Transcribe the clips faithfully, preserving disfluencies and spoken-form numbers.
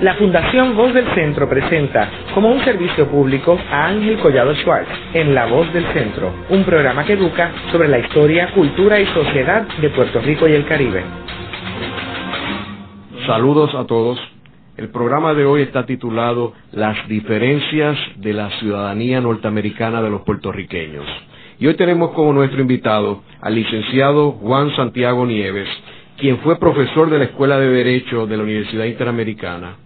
La Fundación Voz del Centro presenta como un servicio público a Ángel Collado Schwartz en La Voz del Centro, un programa que educa sobre la historia, cultura y sociedad de Puerto Rico y el Caribe. Saludos a todos. El programa de hoy está titulado Las diferencias de la ciudadanía norteamericana de los puertorriqueños. Y hoy tenemos como nuestro invitado al licenciado Juan Santiago Nieves, quien fue profesor de la Escuela de Derecho de la Universidad Interamericana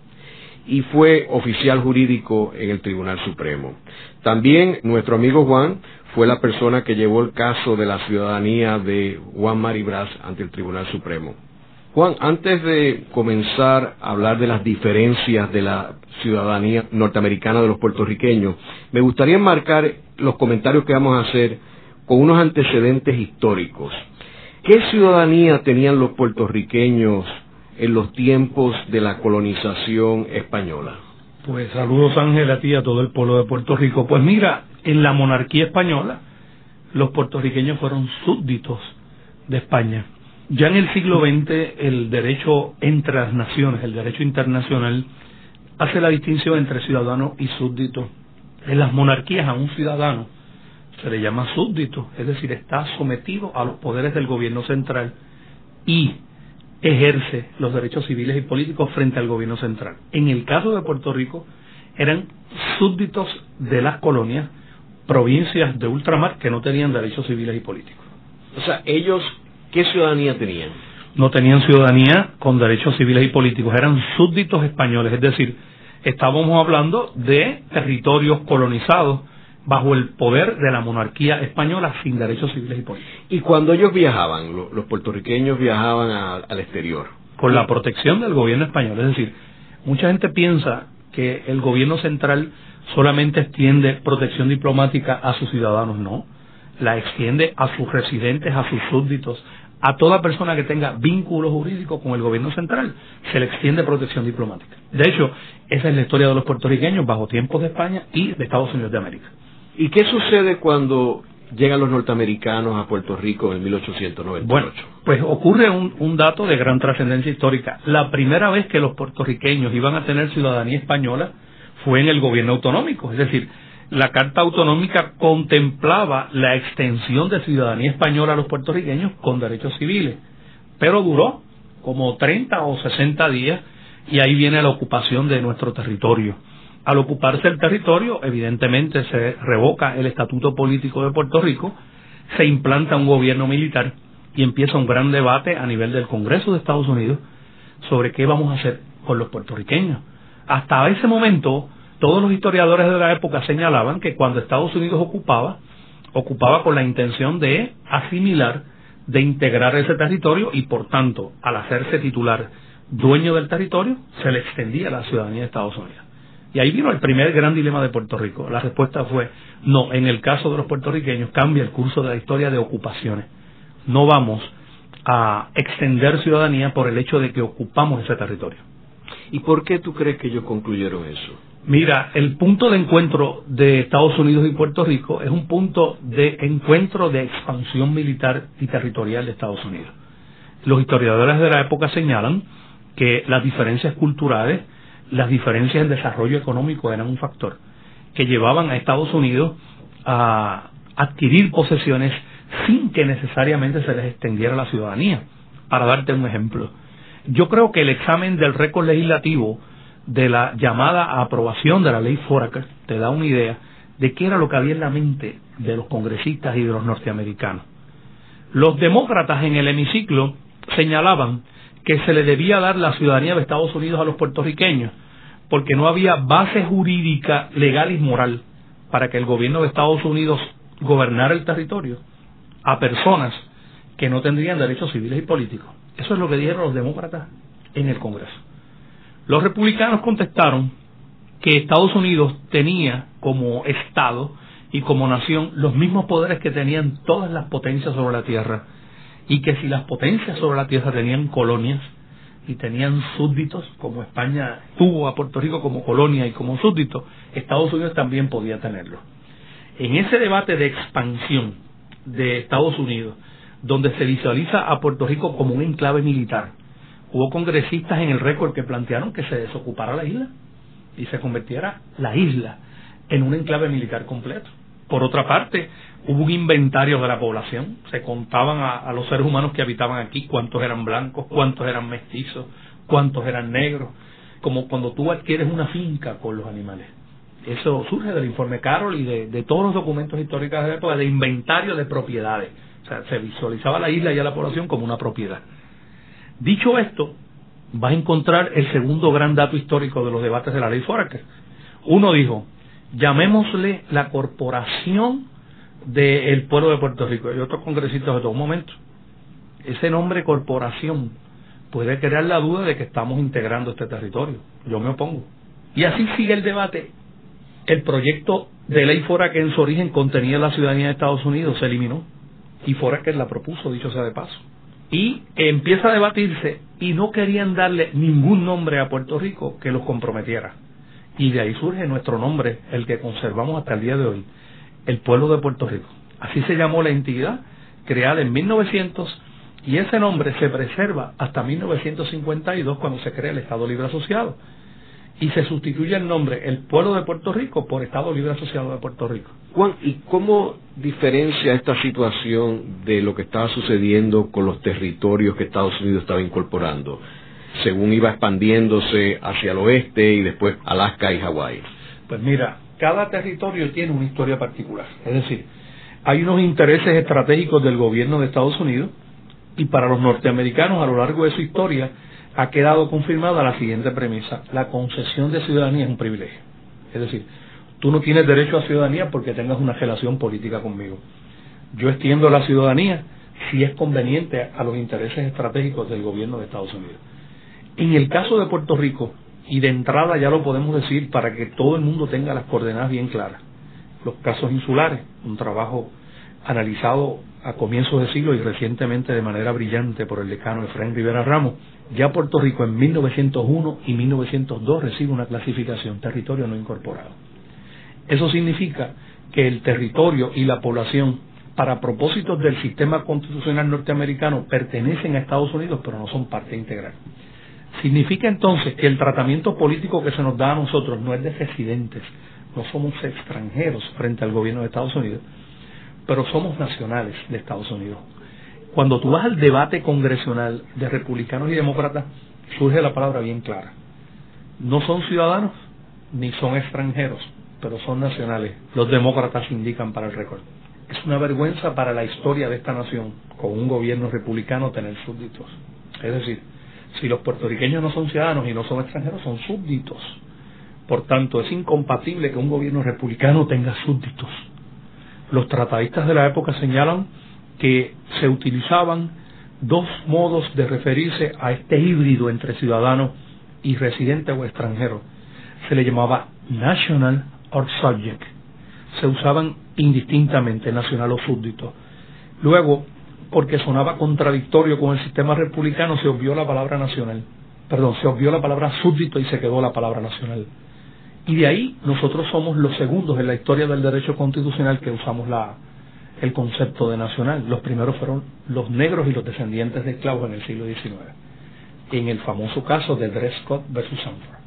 y fue oficial jurídico en el Tribunal Supremo. También nuestro amigo Juan fue la persona que llevó el caso de la ciudadanía de Juan Maribraz ante el Tribunal Supremo. Juan, antes de comenzar a hablar de las diferencias de la ciudadanía norteamericana de los puertorriqueños, me gustaría enmarcar los comentarios que vamos a hacer con unos antecedentes históricos. ¿Qué ciudadanía tenían los puertorriqueños en los tiempos de la colonización española? Pues saludos, Ángel, a ti y a todo el pueblo de Puerto Rico. Pues mira, en la monarquía española, los puertorriqueños fueron súbditos de España. Ya en el siglo veinte, el derecho entre las naciones, el derecho internacional, hace la distinción entre ciudadano y súbdito. En las monarquías a un ciudadano se le llama súbdito, es decir, está sometido a los poderes del gobierno central y ejerce los derechos civiles y políticos frente al gobierno central. En el caso de Puerto Rico, eran súbditos de las colonias, provincias de ultramar que no tenían derechos civiles y políticos. O sea, ellos, ¿qué ciudadanía tenían? No tenían ciudadanía con derechos civiles y políticos, eran súbditos españoles, es decir, estábamos hablando de territorios colonizados bajo el poder de la monarquía española sin derechos civiles y políticos. Y cuando ellos viajaban, lo, los puertorriqueños viajaban a, al exterior. Con la protección del gobierno español, es decir, mucha gente piensa que el gobierno central solamente extiende protección diplomática a sus ciudadanos, no, la extiende a sus residentes, a sus súbditos, a toda persona que tenga vínculo jurídico con el gobierno central, se le extiende protección diplomática. De hecho, esa es la historia de los puertorriqueños bajo tiempos de España y de Estados Unidos de América. ¿Y qué sucede cuando llegan los norteamericanos a Puerto Rico en mil ochocientos noventa y ocho? Bueno, pues ocurre un, un dato de gran trascendencia histórica. La primera vez que los puertorriqueños iban a tener ciudadanía española fue en el gobierno autonómico, es decir, la Carta Autonómica contemplaba la extensión de ciudadanía española a los puertorriqueños con derechos civiles, pero duró como treinta o sesenta días y ahí viene la ocupación de nuestro territorio. Al ocuparse el territorio, evidentemente se revoca el estatuto político de Puerto Rico, se implanta un gobierno militar y empieza un gran debate a nivel del Congreso de Estados Unidos sobre qué vamos a hacer con los puertorriqueños. Hasta ese momento, todos los historiadores de la época señalaban que cuando Estados Unidos ocupaba, ocupaba con la intención de asimilar, de integrar ese territorio y, por tanto, al hacerse titular dueño del territorio, se le extendía la ciudadanía de Estados Unidos. Y ahí vino el primer gran dilema de Puerto Rico. La respuesta fue, no, en el caso de los puertorriqueños cambia el curso de la historia de ocupaciones. No vamos a extender ciudadanía por el hecho de que ocupamos ese territorio. ¿Y por qué tú crees que ellos concluyeron eso? Mira, el punto de encuentro de Estados Unidos y Puerto Rico es un punto de encuentro de expansión militar y territorial de Estados Unidos. Los historiadores de la época señalan que las diferencias culturales, las diferencias en desarrollo económico eran un factor que llevaban a Estados Unidos a adquirir posesiones sin que necesariamente se les extendiera la ciudadanía. Para darte un ejemplo, yo creo que el examen del récord legislativo de la llamada aprobación de la ley Foraker te da una idea de qué era lo que había en la mente de los congresistas y de los norteamericanos. Los demócratas en el hemiciclo señalaban que se le debía dar la ciudadanía de Estados Unidos a los puertorriqueños porque no había base jurídica, legal y moral para que el gobierno de Estados Unidos gobernara el territorio a personas que no tendrían derechos civiles y políticos. Eso es lo que dijeron los demócratas en el Congreso. Los republicanos contestaron que Estados Unidos tenía como Estado y como nación los mismos poderes que tenían todas las potencias sobre la tierra y que si las potencias sobre la tierra tenían colonias y tenían súbditos, como España tuvo a Puerto Rico como colonia y como súbdito, Estados Unidos también podía tenerlo. En ese debate de expansión de Estados Unidos, donde se visualiza a Puerto Rico como un enclave militar, hubo congresistas en el récord que plantearon que se desocupara la isla y se convirtiera la isla en un enclave militar completo. Por otra parte, hubo un inventario de la población, se contaban a, a los seres humanos que habitaban aquí, cuántos eran blancos, cuántos eran mestizos, cuántos eran negros, como cuando tú adquieres una finca con los animales. Eso surge del informe Carroll y de, de todos los documentos históricos de la época de inventario de propiedades. O sea, se visualizaba la isla y a la población como una propiedad. Dicho esto, vas a encontrar el segundo gran dato histórico de los debates de la ley Foraker. Uno dijo, llamémosle la corporación del pueblo de Puerto Rico. Y otros congresistas de todo un momento. Ese nombre corporación puede crear la duda de que estamos integrando este territorio. Yo me opongo. Y así sigue el debate. El proyecto de ley Foraker en su origen contenía la ciudadanía de Estados Unidos, se eliminó. Y Foraker la propuso, dicho sea de paso. Y empieza a debatirse y no querían darle ningún nombre a Puerto Rico que los comprometiera. Y de ahí surge nuestro nombre, el que conservamos hasta el día de hoy, el pueblo de Puerto Rico. Así se llamó la entidad, creada en mil novecientos, y ese nombre se preserva hasta mil novecientos cincuenta y dos, cuando se crea el Estado Libre Asociado. Y se sustituye el nombre, el pueblo de Puerto Rico, por Estado Libre Asociado de Puerto Rico. Juan, ¿y cómo diferencia esta situación de lo que estaba sucediendo con los territorios que Estados Unidos estaba incorporando, según iba expandiéndose hacia el oeste y después Alaska y Hawái? Pues mira, cada territorio tiene una historia particular. Es decir, hay unos intereses estratégicos del gobierno de Estados Unidos, y para los norteamericanos a lo largo de su historia ha quedado confirmada la siguiente premisa: la concesión de ciudadanía es un privilegio. Es decir, tú no tienes derecho a ciudadanía porque tengas una relación política conmigo. Yo extiendo la ciudadanía si es conveniente a los intereses estratégicos del gobierno de Estados Unidos. En el caso de Puerto Rico, y de entrada ya lo podemos decir para que todo el mundo tenga las coordenadas bien claras, los casos insulares, un trabajo analizado a comienzos de siglo y recientemente de manera brillante por el decano Efraín Rivera Ramos. Ya Puerto Rico en mil novecientos uno y mil novecientos dos recibe una clasificación territorio no incorporado. Eso significa que el territorio y la población, para propósitos del sistema constitucional norteamericano, pertenecen a Estados Unidos, pero no son parte integral. Significa entonces que el tratamiento político que se nos da a nosotros no es de residentes, no somos extranjeros frente al gobierno de Estados Unidos, pero somos nacionales de Estados Unidos. Cuando tú vas al debate congresional de republicanos y demócratas, surge la palabra bien clara. No son ciudadanos ni son extranjeros, pero son nacionales. Los demócratas indican para el récord. Es una vergüenza para la historia de esta nación, con un gobierno republicano, tener súbditos. Es decir, si los puertorriqueños no son ciudadanos y no son extranjeros, son súbditos. Por tanto, es incompatible que un gobierno republicano tenga súbditos. Los tratadistas de la época señalan que se utilizaban dos modos de referirse a este híbrido entre ciudadano y residente o extranjero. Se le llamaba national or subject. Se usaban indistintamente, nacional o súbdito. Luego, porque sonaba contradictorio con el sistema republicano, se obvió la palabra nacional. Perdón, se obvió la palabra súbdito y se quedó la palabra nacional. Y de ahí nosotros somos los segundos en la historia del derecho constitucional que usamos la, el concepto de nacional. Los primeros fueron los negros y los descendientes de esclavos en el siglo diecinueve. En el famoso caso de Dred Scott versus Sanford.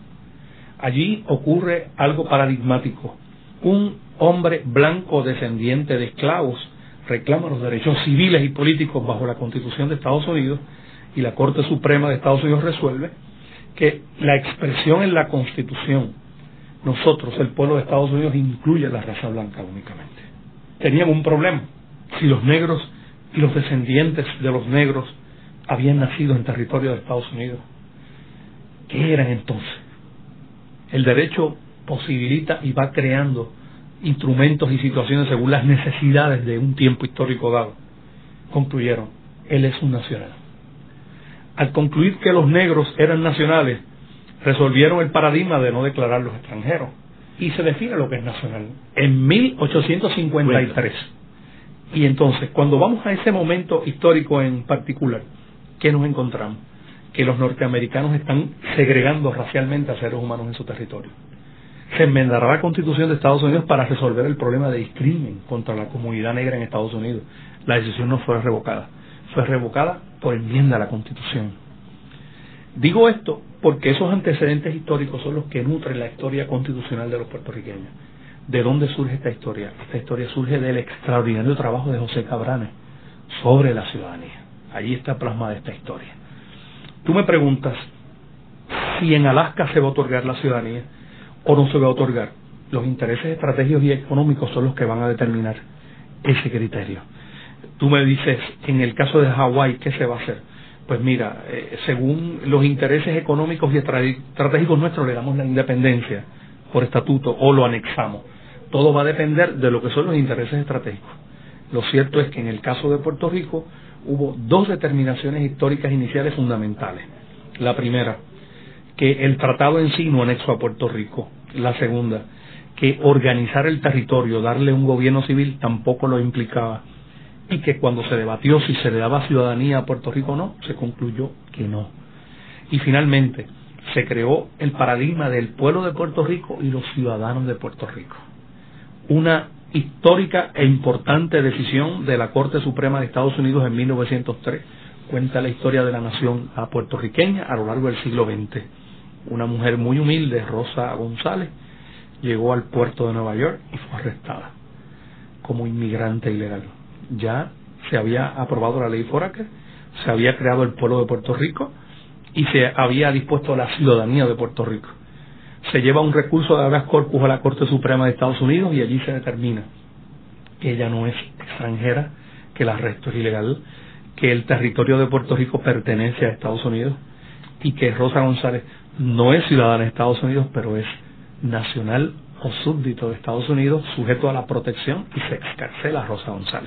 Allí ocurre algo paradigmático. Un hombre blanco descendiente de esclavos reclama los derechos civiles y políticos bajo la Constitución de Estados Unidos, y la Corte Suprema de Estados Unidos resuelve que la expresión en la Constitución, nosotros, el pueblo de Estados Unidos, incluye la raza blanca únicamente. Tenían un problema. Si los negros y los descendientes de los negros habían nacido en territorio de Estados Unidos, ¿qué eran entonces? El derecho posibilita y va creando instrumentos y situaciones según las necesidades de un tiempo histórico dado. Concluyeron, él es un nacional. Al concluir que los negros eran nacionales, resolvieron el paradigma de no declararlos extranjeros, y se define lo que es nacional en mil ochocientos cincuenta y tres. Y entonces, cuando vamos a ese momento histórico en particular, ¿qué nos encontramos? Que los norteamericanos están segregando racialmente a seres humanos en su territorio. Se enmendará la Constitución de Estados Unidos para resolver el problema de discrimen contra la comunidad negra en Estados Unidos. La decisión no fue revocada, fue revocada por enmienda a la Constitución. Digo esto porque esos antecedentes históricos son los que nutren la historia constitucional de los puertorriqueños. ¿De dónde surge esta historia? Esta historia surge del extraordinario trabajo de José Cabranes sobre la ciudadanía. Allí está plasmada esta historia. Tú me preguntas si en Alaska se va a otorgar la ciudadanía o no se va a otorgar. Los intereses estratégicos y económicos son los que van a determinar ese criterio. Tú me dices, en el caso de Hawái, ¿qué se va a hacer? Pues mira, eh, según los intereses económicos y estratégicos nuestros, le damos la independencia por estatuto o lo anexamos. Todo va a depender de lo que son los intereses estratégicos. Lo cierto es que en el caso de Puerto Rico hubo dos determinaciones históricas iniciales fundamentales. La primera, que el tratado en sí no anexó a Puerto Rico. La segunda, que organizar el territorio, darle un gobierno civil, tampoco lo implicaba. Y que cuando se debatió si se le daba ciudadanía a Puerto Rico o no, se concluyó que no. Y finalmente, se creó el paradigma del pueblo de Puerto Rico y los ciudadanos de Puerto Rico. Una histórica e importante decisión de la Corte Suprema de Estados Unidos en mil novecientos tres cuenta la historia de la nación puertorriqueña a lo largo del siglo veinte. Una mujer muy humilde, Rosa González, llegó al puerto de Nueva York y fue arrestada como inmigrante ilegal. Ya se había aprobado la ley Foraker, se había creado el pueblo de Puerto Rico y se había dispuesto la ciudadanía de Puerto Rico. Se lleva un recurso de habeas corpus a la Corte Suprema de Estados Unidos y allí se determina que ella no es extranjera, que el arresto es ilegal, que el territorio de Puerto Rico pertenece a Estados Unidos y que Rosa González no es ciudadana de Estados Unidos, pero es nacional o súbdito de Estados Unidos, sujeto a la protección, y se excarcela a Rosa González.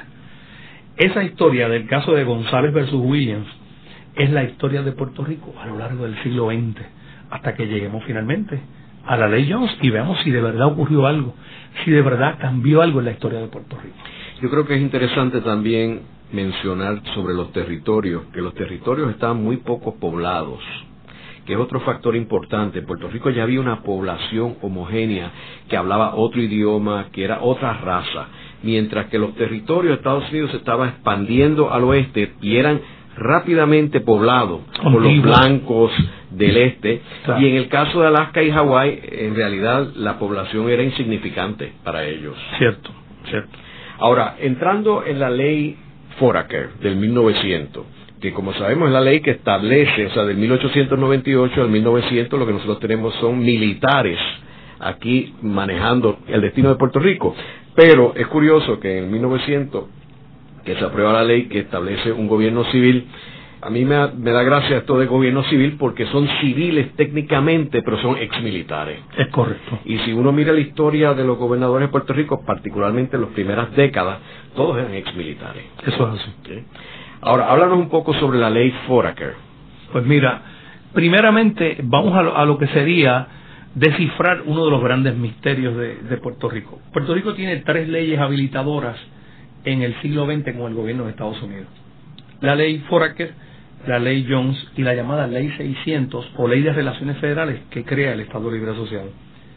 Esa historia del caso de González versus Williams es la historia de Puerto Rico a lo largo del siglo veinte, hasta que lleguemos finalmente a la ley Jones y veamos si de verdad ocurrió algo, si de verdad cambió algo en la historia de Puerto Rico. Yo creo que es interesante también mencionar sobre los territorios, que los territorios estaban muy poco poblados, que es otro factor importante. En Puerto Rico ya había una población homogénea que hablaba otro idioma, que era otra raza, mientras que los territorios de Estados Unidos se estaban expandiendo al oeste y eran rápidamente poblados por los blancos del este, claro. Y en el caso de Alaska y Hawái, en realidad la población era insignificante para ellos. Cierto, cierto. Ahora, entrando en la ley Foraker del mil novecientos, que como sabemos es la ley que establece, o sea, del mil ochocientos noventa y ocho al mil novecientos, lo que nosotros tenemos son militares aquí manejando el destino de Puerto Rico. Pero es curioso que en mil novecientos, que se aprueba la ley que establece un gobierno civil, a mí me, me da gracia esto de gobierno civil porque son civiles técnicamente, pero son exmilitares. Es correcto. Y si uno mira la historia de los gobernadores de Puerto Rico, particularmente en las primeras décadas, todos eran exmilitares. Eso es así. ¿Sí? Ahora, háblanos un poco sobre la ley Foraker. Pues mira, primeramente vamos a lo, a lo que sería descifrar uno de los grandes misterios de, de Puerto Rico. Puerto Rico tiene tres leyes habilitadoras en el siglo veinte con el gobierno de Estados Unidos. La ley Foraker, la ley Jones y la llamada ley seiscientos o ley de relaciones federales que crea el Estado Libre Asociado.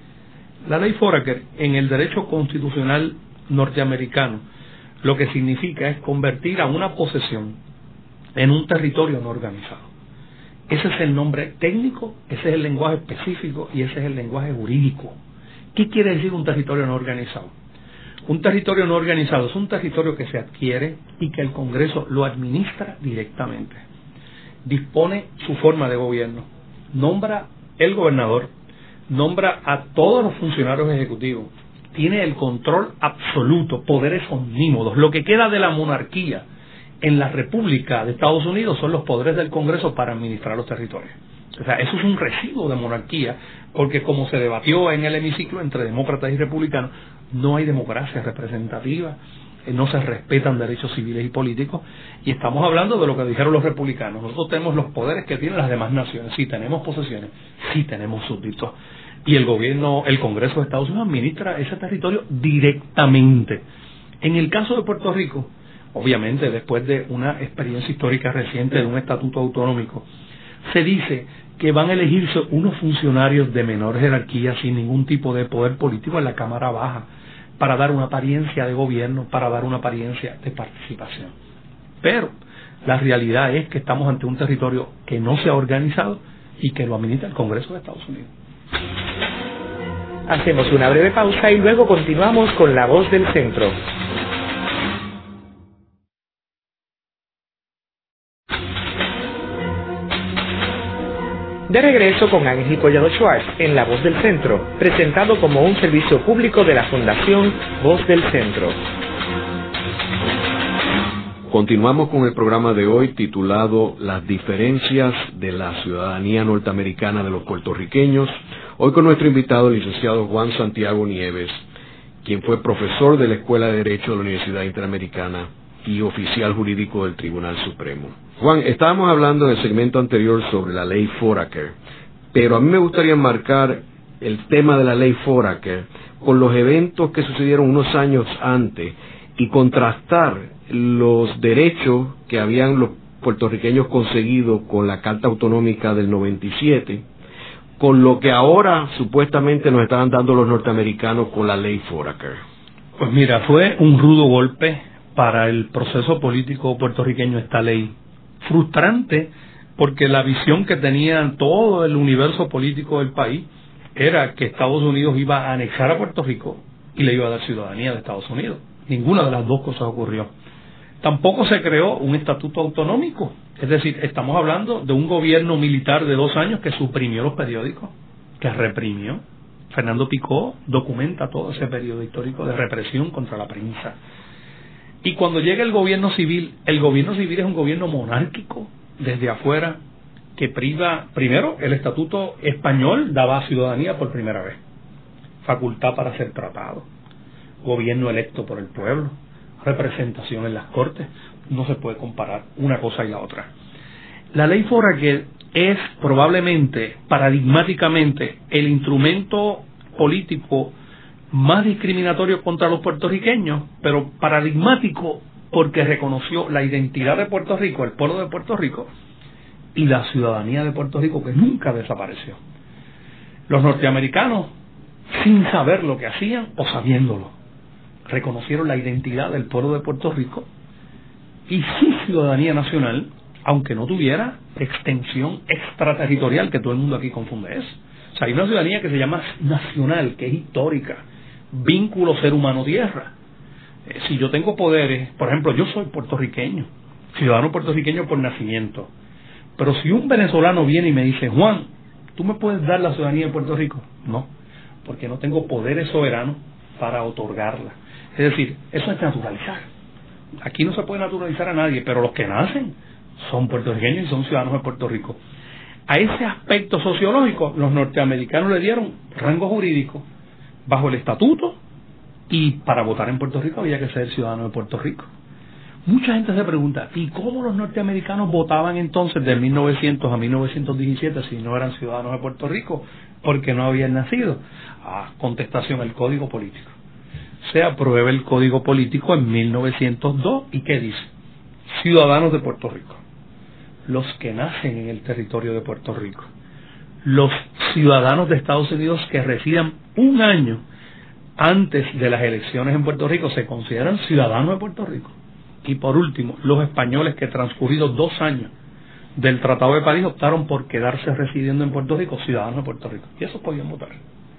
La ley Foraker en el derecho constitucional norteamericano lo que significa es convertir a una posesión en un territorio no organizado. Ese es el nombre técnico, ese es el lenguaje específico y ese es el lenguaje jurídico. ¿Qué quiere decir un territorio no organizado? Un territorio no organizado es un territorio que se adquiere y que el Congreso lo administra directamente. Dispone su forma de gobierno, nombra el gobernador, nombra a todos los funcionarios ejecutivos, tiene el control absoluto, poderes omnímodos. Lo que queda de la monarquía en la República de Estados Unidos son los poderes del Congreso para administrar los territorios. O sea, eso es un residuo de monarquía, porque como se debatió en el hemiciclo entre demócratas y republicanos, no hay democracia representativa, no se respetan derechos civiles y políticos, y estamos hablando de lo que dijeron los republicanos. Nosotros tenemos los poderes que tienen las demás naciones, sí tenemos posesiones, sí tenemos súbditos, y el gobierno, el Congreso de Estados Unidos administra ese territorio directamente. En el caso de Puerto Rico, obviamente después de una experiencia histórica reciente de un estatuto autonómico, se dice que van a elegirse unos funcionarios de menor jerarquía sin ningún tipo de poder político en la Cámara Baja para dar una apariencia de gobierno, para dar una apariencia de participación. Pero la realidad es que estamos ante un territorio que no se ha organizado y que lo administra el Congreso de Estados Unidos. Hacemos una breve pausa y luego continuamos con La Voz del Centro. De regreso con Ángel Collado Schwartz en La Voz del Centro, presentado como un servicio público de la Fundación Voz del Centro. Continuamos con el programa de hoy titulado Las diferencias de la ciudadanía norteamericana de los puertorriqueños. Hoy con nuestro invitado, el licenciado Juan Santiago Nieves, quien fue profesor de la Escuela de Derecho de la Universidad Interamericana y oficial jurídico del Tribunal Supremo. Juan, estábamos hablando en el segmento anterior sobre la ley Foraker, pero a mí me gustaría enmarcar el tema de la ley Foraker con los eventos que sucedieron unos años antes y contrastar los derechos que habían los puertorriqueños conseguido con la Carta Autonómica del noventa y siete con lo que ahora supuestamente nos estaban dando los norteamericanos con la ley Foraker. Pues mira, fue un rudo golpe para el proceso político puertorriqueño esta ley. Frustrante porque la visión que tenía todo el universo político del país era que Estados Unidos iba a anexar a Puerto Rico y le iba a dar ciudadanía de Estados Unidos. Ninguna de las dos cosas ocurrió. Tampoco se creó un estatuto autonómico. Es decir, estamos hablando de un gobierno militar de dos años que suprimió los periódicos, que reprimió. Fernando Picó documenta todo ese periodo histórico de represión contra la prensa. Y cuando llega el gobierno civil, el gobierno civil es un gobierno monárquico desde afuera que priva, primero, el estatuto español daba ciudadanía por primera vez, facultad para ser tratado, gobierno electo por el pueblo, representación en las cortes. No se puede comparar una cosa y la otra. La ley Foraker es probablemente, paradigmáticamente, el instrumento político más discriminatorio contra los puertorriqueños, pero paradigmático porque reconoció la identidad de Puerto Rico, el pueblo de Puerto Rico y la ciudadanía de Puerto Rico, que nunca desapareció. Los norteamericanos, sin saber lo que hacían o sabiéndolo, reconocieron la identidad del pueblo de Puerto Rico y su ciudadanía nacional, aunque no tuviera extensión extraterritorial, que todo el mundo aquí confunde eso. O sea, hay una ciudadanía que se llama nacional, que es histórica, vínculo ser humano-tierra. Eh, si yo tengo poderes, por ejemplo, yo soy puertorriqueño, ciudadano puertorriqueño por nacimiento, pero si un venezolano viene y me dice, Juan, ¿tú me puedes dar la ciudadanía de Puerto Rico? No, porque no tengo poderes soberanos para otorgarla. Es decir, eso es naturalizar. Aquí no se puede naturalizar a nadie, pero los que nacen son puertorriqueños y son ciudadanos de Puerto Rico. A ese aspecto sociológico los norteamericanos le dieron rango jurídico bajo el estatuto, y para votar en Puerto Rico había que ser ciudadano de Puerto Rico. Mucha gente se pregunta, ¿y cómo los norteamericanos votaban entonces de mil novecientos a mil novecientos diecisiete si no eran ciudadanos de Puerto Rico porque no habían nacido? Ah, contestación, el Código Político. Se aprueba el Código Político en mil novecientos dos, ¿y qué dice? Ciudadanos de Puerto Rico, los que nacen en el territorio de Puerto Rico, los ciudadanos de Estados Unidos que residan un año antes de las elecciones en Puerto Rico se consideran ciudadanos de Puerto Rico. Y por último, los españoles que transcurridos dos años del Tratado de París optaron por quedarse residiendo en Puerto Rico, ciudadanos de Puerto Rico, y esos podían votar.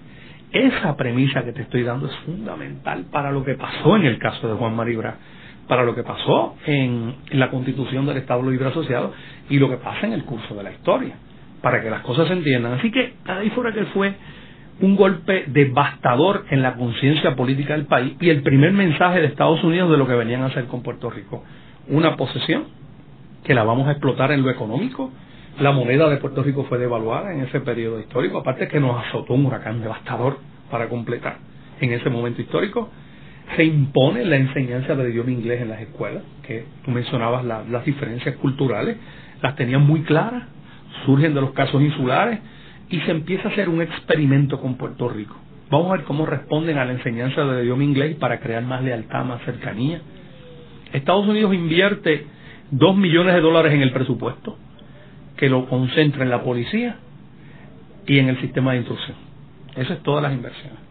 Esa premisa que te estoy dando es fundamental para lo que pasó en el caso de Juan Maribra, para lo que pasó en, en la Constitución del Estado Libre Asociado y lo que pasa en el curso de la historia, para que las cosas se entiendan. Así que ahí fuera que fue un golpe devastador en la conciencia política del país y el primer mensaje de Estados Unidos de lo que venían a hacer con Puerto Rico. Una posesión que la vamos a explotar en lo económico. La moneda de Puerto Rico fue devaluada en ese periodo histórico, aparte que nos azotó un huracán devastador para completar en ese momento histórico. Se impone la enseñanza del idioma inglés en las escuelas, que tú mencionabas la, las diferencias culturales, las tenían muy claras, surgen de los casos insulares, y se empieza a hacer un experimento con Puerto Rico. Vamos a ver cómo responden a la enseñanza del idioma inglés para crear más lealtad, más cercanía. Estados Unidos invierte dos millones de dólares en el presupuesto, que lo concentra en la policía y en el sistema de instrucción. Eso es todas las inversiones.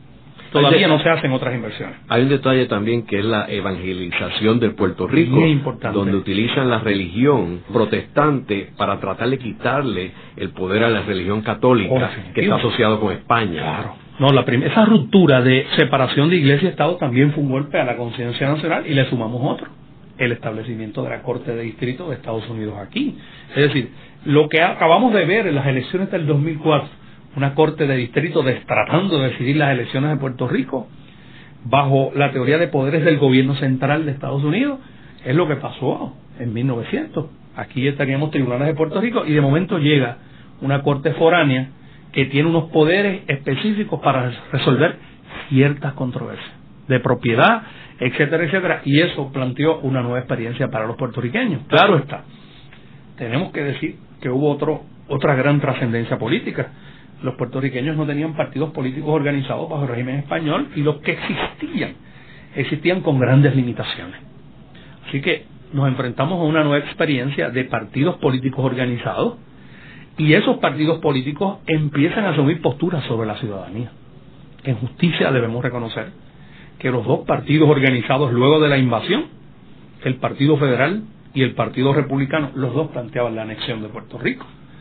Todavía no se hacen otras inversiones. Hay un detalle también que es la evangelización de Puerto Rico, muy importante, donde utilizan la religión protestante para tratar de quitarle el poder a la religión católica, oh, que está asociado con España. Claro. No, la prim- esa ruptura de separación de Iglesia y Estado también fue un golpe a la conciencia nacional, y le sumamos otro, el establecimiento de la Corte de Distrito de Estados Unidos aquí. Es decir, lo que acabamos de ver en las elecciones del dos mil cuatro, una Corte de Distrito tratando de decidir las elecciones de Puerto Rico bajo la teoría de poderes del gobierno central de Estados Unidos, es lo que pasó en mil novecientos. Aquí ya teníamos tribunales de Puerto Rico y de momento llega una Corte foránea que tiene unos poderes específicos para resolver ciertas controversias de propiedad, etcétera, etcétera, y eso planteó una nueva experiencia para los puertorriqueños. Claro está, tenemos que decir que hubo otro, otra gran trascendencia política. Los puertorriqueños no tenían partidos políticos organizados bajo el régimen español, y los que existían, existían con grandes limitaciones. Así que nos enfrentamos a una nueva experiencia de partidos políticos organizados, y esos partidos políticos empiezan a asumir posturas sobre la ciudadanía. En justicia debemos reconocer que los dos partidos organizados luego de la invasión, el Partido Federal y el Partido Republicano, los dos planteaban la anexión de Puerto Rico.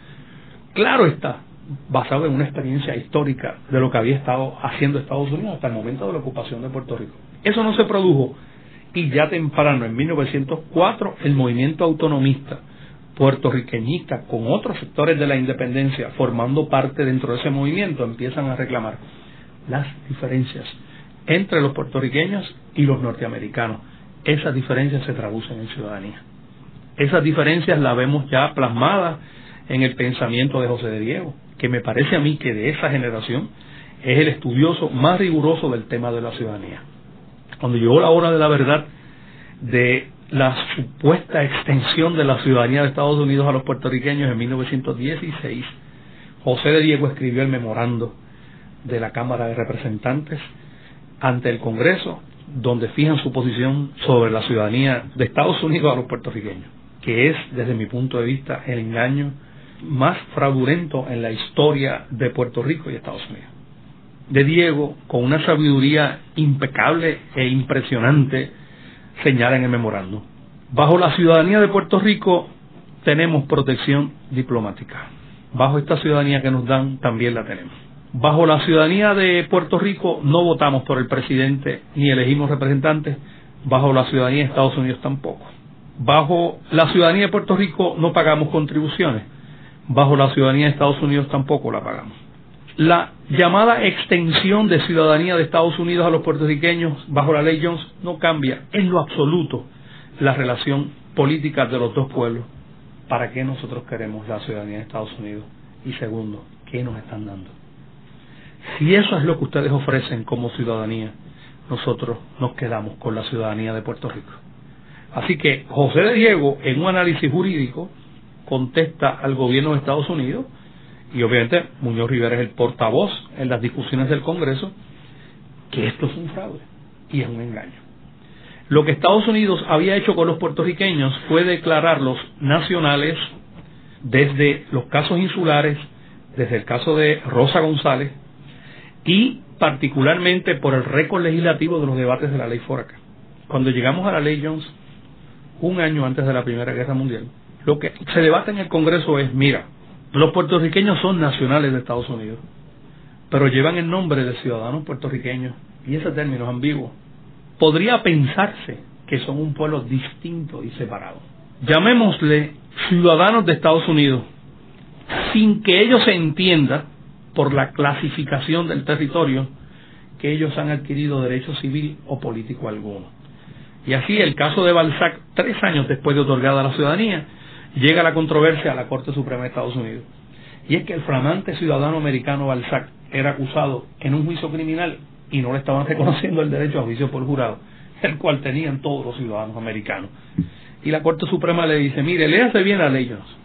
Claro está, basado en una experiencia histórica de lo que había estado haciendo Estados Unidos hasta el momento de la ocupación de Puerto Rico. Eso no se produjo, y ya temprano, en mil novecientos cuatro, el movimiento autonomista puertorriqueñista, con otros sectores de la independencia formando parte dentro de ese movimiento, empiezan a reclamar las diferencias entre los puertorriqueños y los norteamericanos. Esas diferencias se traducen en ciudadanía. Esas diferencias las vemos ya plasmadas en el pensamiento de José de Diego, que me parece a mí que de esa generación es el estudioso más riguroso del tema de la ciudadanía. Cuando llegó la hora de la verdad de la supuesta extensión de la ciudadanía de Estados Unidos a los puertorriqueños en mil novecientos dieciséis, José de Diego escribió el memorando de la Cámara de Representantes ante el Congreso, donde fijan su posición sobre la ciudadanía de Estados Unidos a los puertorriqueños, que es, desde mi punto de vista, el engaño más fraudulento en la historia de Puerto Rico y Estados Unidos. De Diego, con una sabiduría impecable e impresionante, señala en el memorando: bajo la ciudadanía de Puerto Rico tenemos protección diplomática. Bajo esta ciudadanía que nos dan, también la tenemos. Bajo la ciudadanía de Puerto Rico no votamos por el presidente ni elegimos representantes. Bajo la ciudadanía de Estados Unidos tampoco. Bajo la ciudadanía de Puerto Rico no pagamos contribuciones. Bajo la ciudadanía de Estados Unidos tampoco la pagamos. La llamada extensión de ciudadanía de Estados Unidos a los puertorriqueños bajo la ley Jones no cambia en lo absoluto la relación política de los dos pueblos. ¿Para qué nosotros queremos la ciudadanía de Estados Unidos? Y segundo, ¿qué nos están dando? Si eso es lo que ustedes ofrecen como ciudadanía, nosotros nos quedamos con la ciudadanía de Puerto Rico. Así que José de Diego, en un análisis jurídico, contesta al gobierno de Estados Unidos, y obviamente Muñoz Rivera es el portavoz en las discusiones del Congreso, que esto es un fraude y es un engaño. Lo que Estados Unidos había hecho con los puertorriqueños fue declararlos nacionales desde los casos insulares, desde el caso de Rosa González, y particularmente por el récord legislativo de los debates de la ley Foraker. Cuando llegamos a la ley Jones, un año antes de la Primera Guerra Mundial, lo que se debate en el Congreso es: mira, los puertorriqueños son nacionales de Estados Unidos, pero llevan el nombre de ciudadanos puertorriqueños, y ese término es ambiguo. Podría pensarse que son un pueblo distinto y separado. Llamémosle ciudadanos de Estados Unidos, sin que ellos se entienda por la clasificación del territorio que ellos han adquirido derecho civil o político alguno. Y así el caso de Balzac, tres años después de otorgada la ciudadanía, llega la controversia a la Corte Suprema de Estados Unidos. Y es que el flamante ciudadano americano Balzac era acusado en un juicio criminal y no le estaban reconociendo el derecho a juicio por jurado, el cual tenían todos los ciudadanos americanos. Y la Corte Suprema le dice: mire, léase bien la ley Jones.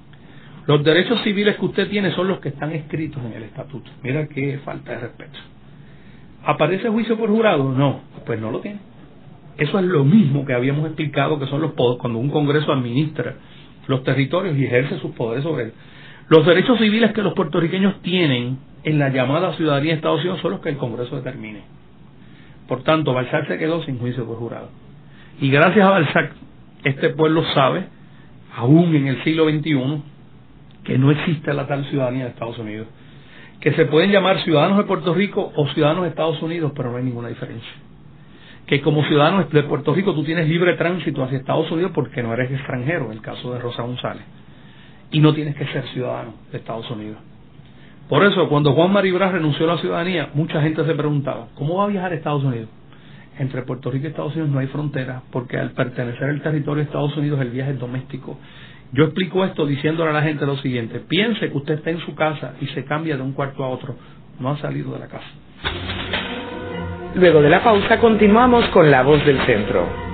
Los derechos civiles que usted tiene son los que están escritos en el estatuto. Mira qué falta de respeto. ¿Aparece juicio por jurado? No, pues no lo tiene. Eso es lo mismo que habíamos explicado que son los poderes cuando un Congreso administra los territorios y ejerce sus poderes sobre él. Los derechos civiles que los puertorriqueños tienen en la llamada ciudadanía de Estados Unidos son los que el Congreso determine. Por tanto, Balzac se quedó sin juicio por jurado. Y gracias a Balzac, este pueblo sabe, aún en el siglo veintiuno, que no existe la tal ciudadanía de Estados Unidos. Que se pueden llamar ciudadanos de Puerto Rico o ciudadanos de Estados Unidos, pero no hay ninguna diferencia. Que como ciudadano de Puerto Rico tú tienes libre tránsito hacia Estados Unidos porque no eres extranjero, en el caso de Rosa González. Y no tienes que ser ciudadano de Estados Unidos. Por eso, cuando Juan Maribraz renunció a la ciudadanía, mucha gente se preguntaba, ¿cómo va a viajar a Estados Unidos? Entre Puerto Rico y Estados Unidos no hay frontera, porque al pertenecer al territorio de Estados Unidos el viaje es doméstico. Yo explico esto diciéndole a la gente lo siguiente: piense que usted está en su casa y se cambia de un cuarto a otro, no ha salido de la casa. Luego de la pausa continuamos con La Voz del Centro.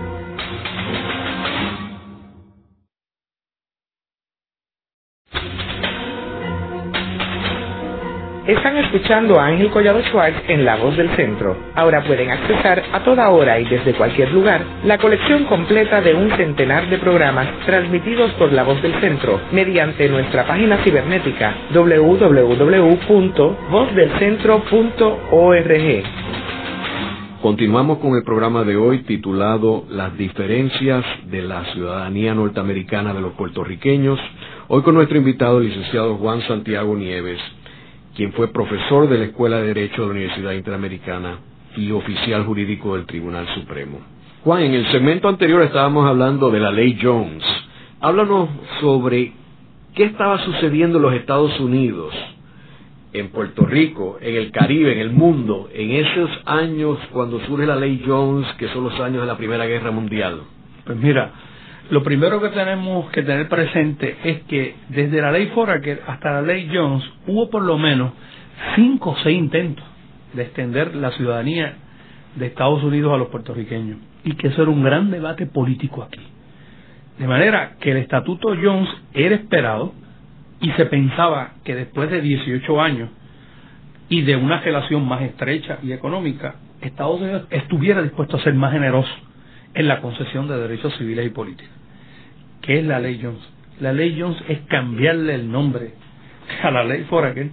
Están escuchando a Ángel Collado Schwartz en La Voz del Centro. Ahora pueden accesar a toda hora y desde cualquier lugar la colección completa de un centenar de programas transmitidos por La Voz del Centro mediante nuestra página cibernética doble u doble u doble u punto voz del centro punto org. Continuamos con el programa de hoy titulado Las diferencias de la ciudadanía norteamericana de los puertorriqueños. Hoy con nuestro invitado, el licenciado Juan Santiago Nieves, quien fue profesor de la Escuela de Derecho de la Universidad Interamericana y oficial jurídico del Tribunal Supremo. Juan, en el segmento anterior estábamos hablando de la Ley Jones. Háblanos sobre qué estaba sucediendo en los Estados Unidos, en Puerto Rico, en el Caribe, en el mundo, en esos años cuando surge la Ley Jones, que son los años de la Primera Guerra Mundial. Pues mira, lo primero que tenemos que tener presente es que desde la Ley Foraker hasta la Ley Jones hubo por lo menos cinco o seis intentos de extender la ciudadanía de Estados Unidos a los puertorriqueños, y que eso era un gran debate político aquí. De manera que el Estatuto Jones era esperado y se pensaba que después de dieciocho años y de una relación más estrecha y económica, Estados Unidos estuviera dispuesto a ser más generoso en la concesión de derechos civiles y políticos. ¿Qué es la Ley Jones? La Ley Jones es cambiarle el nombre a la Ley Foraker,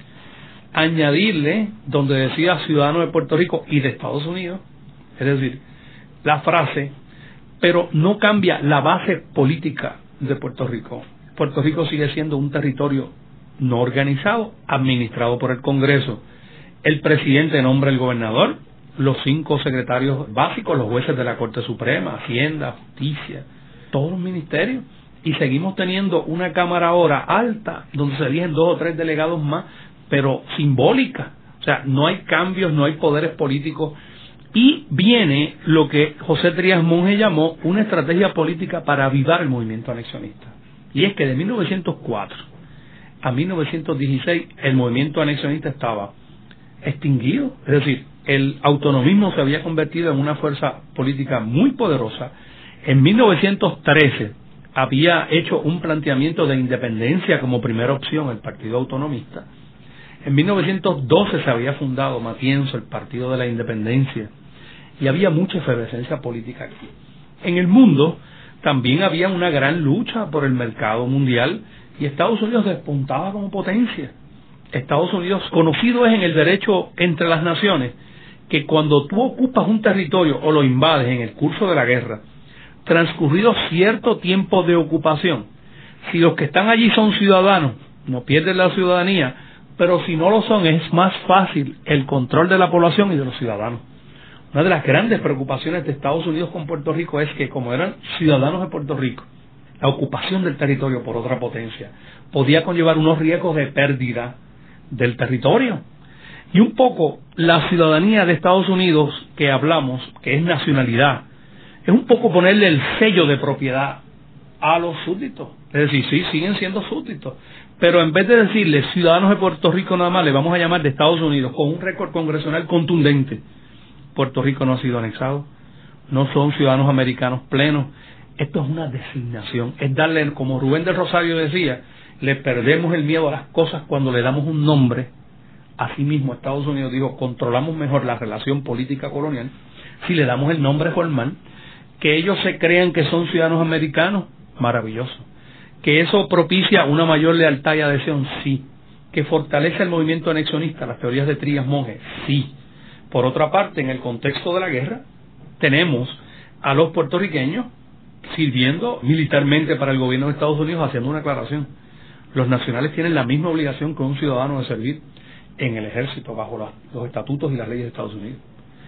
añadirle donde decía ciudadano de Puerto Rico y de Estados Unidos, es decir, la frase, pero no cambia la base política de Puerto Rico. Puerto Rico sigue siendo un territorio no organizado, administrado por el Congreso. El presidente nombra el gobernador, los cinco secretarios básicos, los jueces de la Corte Suprema, Hacienda, Justicia, todos los ministerios, y seguimos teniendo una Cámara ahora alta, donde se eligen dos o tres delegados más, pero simbólica. O sea, no hay cambios, no hay poderes políticos, y viene lo que José Trías Monge llamó una estrategia política para avivar el movimiento anexionista. Y es que de mil novecientos cuatro a mil novecientos dieciséis el movimiento anexionista estaba extinguido, es decir, el autonomismo se había convertido en una fuerza política muy poderosa. En mil novecientos trece había hecho un planteamiento de independencia como primera opción el Partido Autonomista. En mil novecientos doce se había fundado Matienzo, el Partido de la Independencia, y había mucha efervescencia política aquí. En el mundo también había una gran lucha por el mercado mundial y Estados Unidos despuntaba como potencia. Estados Unidos, conocido es en el derecho entre las naciones, que cuando tú ocupas un territorio o lo invades en el curso de la guerra, transcurrido cierto tiempo de ocupación, si los que están allí son ciudadanos, no pierden la ciudadanía, pero si no lo son, es más fácil el control de la población y de los ciudadanos. Una de las grandes preocupaciones de Estados Unidos con Puerto Rico es que, como eran ciudadanos de Puerto Rico, la ocupación del territorio por otra potencia podía conllevar unos riesgos de pérdida del territorio. Y un poco la ciudadanía de Estados Unidos que hablamos, que es nacionalidad, es un poco ponerle el sello de propiedad a los súbditos. Es decir, sí, siguen siendo súbditos, pero en vez de decirles ciudadanos de Puerto Rico nada más, le vamos a llamar de Estados Unidos, con un récord congresional contundente. Puerto Rico no ha sido anexado, no son ciudadanos americanos plenos. Esto es una designación, es darle, como Rubén del Rosario decía, le perdemos el miedo a las cosas cuando le damos un nombre. Asimismo, Estados Unidos dijo, controlamos mejor la relación política colonial si le damos el nombre formal. Que ellos se crean que son ciudadanos americanos, maravilloso. Que eso propicia una mayor lealtad y adhesión, sí. ¿Que fortalece el movimiento anexionista, las teorías de Trías Monge? Sí. Por otra parte, en el contexto de la guerra, tenemos a los puertorriqueños sirviendo militarmente para el gobierno de Estados Unidos, haciendo una aclaración. Los nacionales tienen la misma obligación que un ciudadano de servir en el ejército, bajo la, los estatutos y las leyes de Estados Unidos.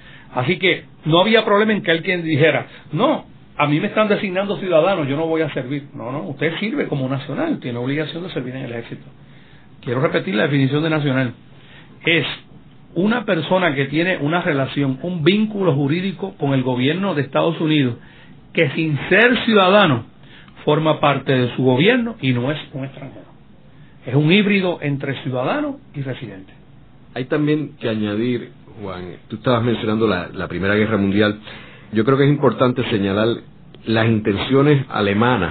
Así que no había problema en que alguien dijera, no, a mí me están designando ciudadanos, yo no voy a servir. No, no, usted sirve como nacional, tiene obligación de servir en el ejército. Quiero repetir la definición de nacional. Es una persona que tiene una relación, un vínculo jurídico con el gobierno de Estados Unidos, que sin ser ciudadano forma parte de su gobierno y no es un extranjero. Es un híbrido entre ciudadano y residente. Hay también que añadir, Juan, tú estabas mencionando la, la Primera Guerra Mundial. Yo creo que es importante señalar las intenciones alemanas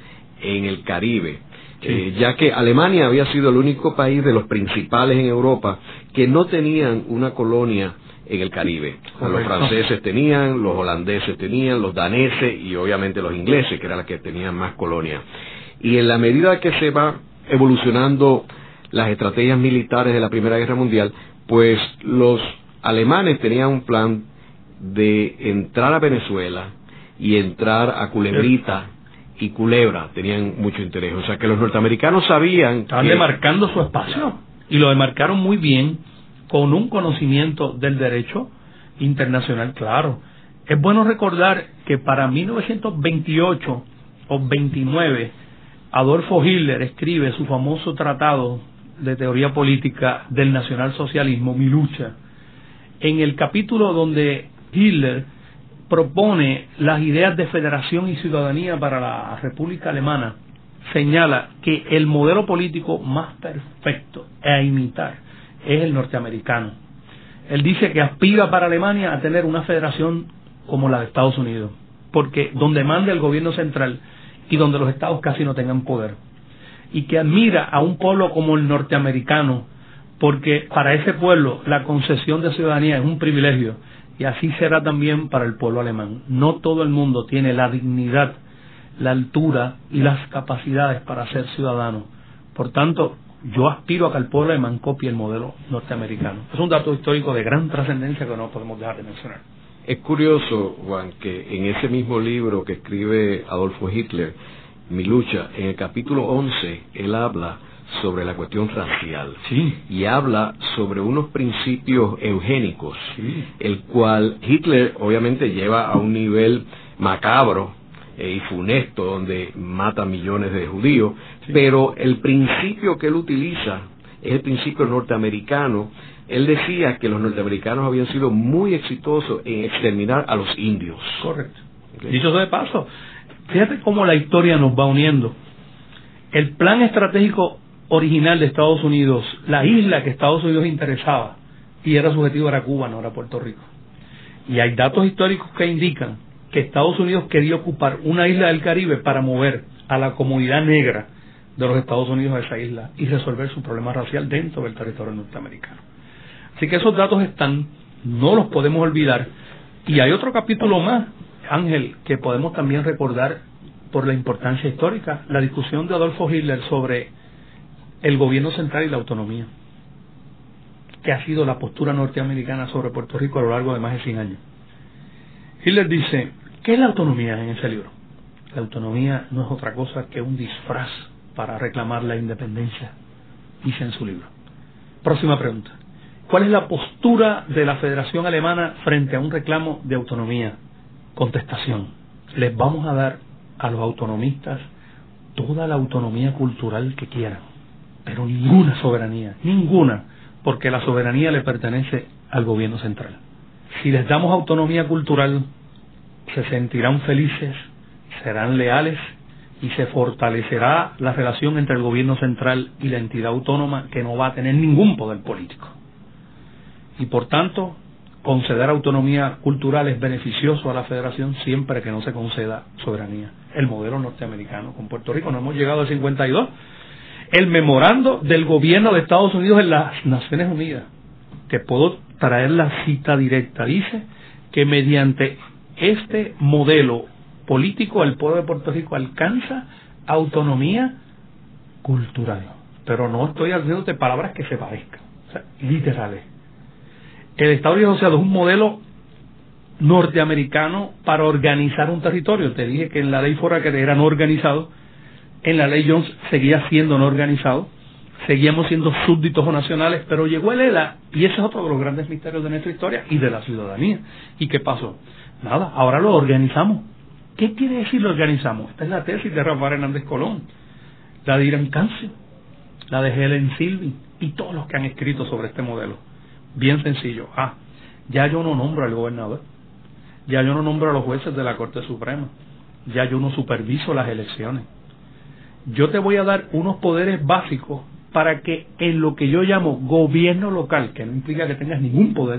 en el Caribe, sí. eh, ya que Alemania había sido el único país de los principales en Europa que no tenían una colonia en el Caribe. Los franceses tenían, los holandeses tenían, los daneses y obviamente los ingleses, que eran los que tenían más colonias. Y en la medida que se va evolucionando las estrategias militares de la Primera Guerra Mundial, pues los alemanes tenían un plan de entrar a Venezuela y entrar a Culebrita y Culebra, tenían mucho interés. O sea que los norteamericanos sabían... Estaban que... demarcando su espacio, y lo demarcaron muy bien, con un conocimiento del derecho internacional claro. Es bueno recordar que para mil novecientos veintiocho o veintinueve, Adolfo Hitler escribe su famoso tratado de teoría política del nacionalsocialismo, Mi lucha, en el capítulo donde Hitler propone las ideas de federación y ciudadanía para la República Alemana, señala que el modelo político más perfecto a imitar es el norteamericano. Él dice que aspira para Alemania a tener una federación como la de Estados Unidos, porque donde mande el gobierno central y donde los estados casi no tengan poder, y que admira a un pueblo como el norteamericano, porque para ese pueblo la concesión de ciudadanía es un privilegio, y así será también para el pueblo alemán. No todo el mundo tiene la dignidad, la altura y las capacidades para ser ciudadano. Por tanto, yo aspiro a que el pueblo alemán copie el modelo norteamericano. Es un dato histórico de gran trascendencia que no podemos dejar de mencionar. Es curioso, Juan, que en ese mismo libro que escribe Adolfo Hitler, Mi lucha, en el capítulo once, él habla sobre la cuestión racial. Sí. Y habla sobre unos principios eugénicos, sí. el cual Hitler obviamente lleva a un nivel macabro eh, y funesto, donde mata millones de judíos, sí. Pero el principio que él utiliza es el principio norteamericano. Él decía que los norteamericanos habían sido muy exitosos en exterminar a los indios. Correcto. Okay. Dicho de paso, fíjate cómo la historia nos va uniendo. El plan estratégico original de Estados Unidos, la isla que Estados Unidos interesaba y era su objetivo, era Cuba, no era Puerto Rico. Y hay datos históricos que indican que Estados Unidos quería ocupar una isla del Caribe para mover a la comunidad negra de los Estados Unidos a esa isla y resolver su problema racial dentro del territorio norteamericano. Así que esos datos están, no los podemos olvidar. Y hay otro capítulo más, Ángel, que podemos también recordar por la importancia histórica, la discusión de Adolfo Hitler sobre el gobierno central y la autonomía, que ha sido la postura norteamericana sobre Puerto Rico a lo largo de más de cien años. Hitler dice, ¿qué es la autonomía en ese libro? La autonomía no es otra cosa que un disfraz para reclamar la independencia, dice en su libro. Próxima pregunta. ¿Cuál es la postura de la Federación Alemana frente a un reclamo de autonomía? Contestación. Les vamos a dar a los autonomistas toda la autonomía cultural que quieran, pero ninguna soberanía, ninguna, porque la soberanía le pertenece al gobierno central. Si les damos autonomía cultural, se sentirán felices, serán leales y se fortalecerá la relación entre el gobierno central y la entidad autónoma, que no va a tener ningún poder político. Y por tanto, conceder autonomía cultural es beneficioso a la federación siempre que no se conceda soberanía. El modelo norteamericano con Puerto Rico, no hemos llegado al cincuenta y dos. El memorando del gobierno de Estados Unidos en las Naciones Unidas, que puedo traer la cita directa, dice que mediante este modelo político el pueblo de Puerto Rico alcanza autonomía cultural. pero no estoy haciéndote palabras que se parezcan, o sea, literales. El Estado Libre Asociado es un modelo norteamericano para organizar un territorio. Te dije que en la ley Foraker era no organizado, en la ley Jones seguía siendo no organizado, seguíamos siendo súbditos o nacionales, pero llegó el E L A y ese es otro de los grandes misterios de nuestra historia y de la ciudadanía. ¿Y qué pasó? Nada, ahora lo organizamos. ¿Qué quiere decir lo organizamos? Esta es la tesis de Rafael Hernández Colón, la de Irán Cancio, la de Helen Silvey y todos los que han escrito sobre este modelo. Bien sencillo. Ah, ya yo no nombro al gobernador, ya yo no nombro a los jueces de la Corte Suprema, ya yo no superviso las elecciones. Yo te voy a dar unos poderes básicos para que en lo que yo llamo gobierno local, que no implica que tengas ningún poder,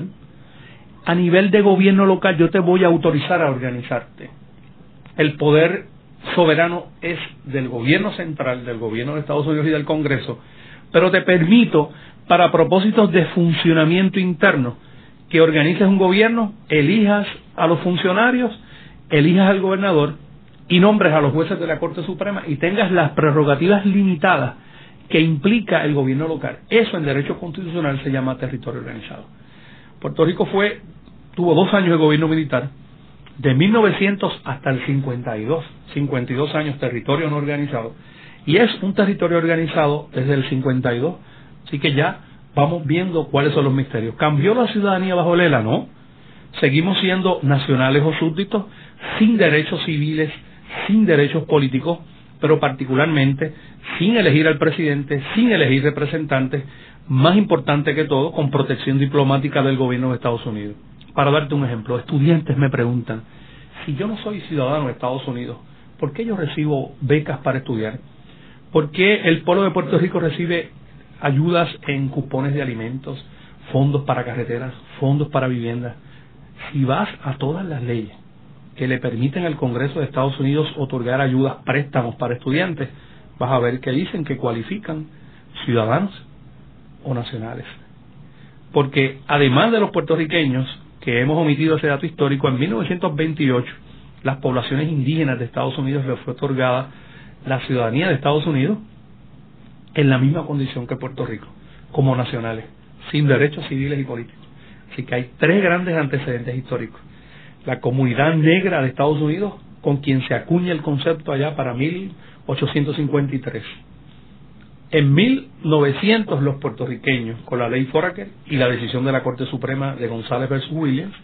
a nivel de gobierno local yo te voy a autorizar a organizarte. El poder soberano es del gobierno central, del gobierno de Estados Unidos y del Congreso, pero te permito, para propósitos de funcionamiento interno, que organices un gobierno, elijas a los funcionarios, elijas al gobernador y nombres a los jueces de la Corte Suprema y tengas las prerrogativas limitadas que implica el gobierno local. Eso en derecho constitucional se llama territorio organizado. Puerto Rico fue tuvo dos años de gobierno militar, de mil novecientos hasta el cincuenta y dos, cincuenta y dos años territorio no organizado, y es un territorio organizado desde el cincuenta y dos, así que ya vamos viendo cuáles son los misterios. ¿Cambió la ciudadanía bajo el E L A? No. Seguimos siendo nacionales o súbditos, sin derechos civiles, sin derechos políticos, pero particularmente sin elegir al presidente, sin elegir representantes, más importante que todo, con protección diplomática del gobierno de Estados Unidos. Para darte un ejemplo, estudiantes me preguntan, si yo no soy ciudadano de Estados Unidos, ¿por qué yo recibo becas para estudiar? ¿Por qué el pueblo de Puerto Rico recibe ayudas en cupones de alimentos, fondos para carreteras, fondos para viviendas? Si vas a todas las leyes que le permiten al Congreso de Estados Unidos otorgar ayudas, préstamos para estudiantes, vas a ver que dicen que cualifican ciudadanos o nacionales. Porque además de los puertorriqueños, que hemos omitido ese dato histórico, en mil novecientos veintiocho las poblaciones indígenas de Estados Unidos les fue otorgada la ciudadanía de Estados Unidos en la misma condición que Puerto Rico, como nacionales, sin derechos civiles y políticos. Así que hay tres grandes antecedentes históricos. La comunidad negra de Estados Unidos, con quien se acuña el concepto allá para mil ochocientos cincuenta y tres. En mil novecientos los puertorriqueños, con la ley Foraker y la decisión de la Corte Suprema de González versus Williams,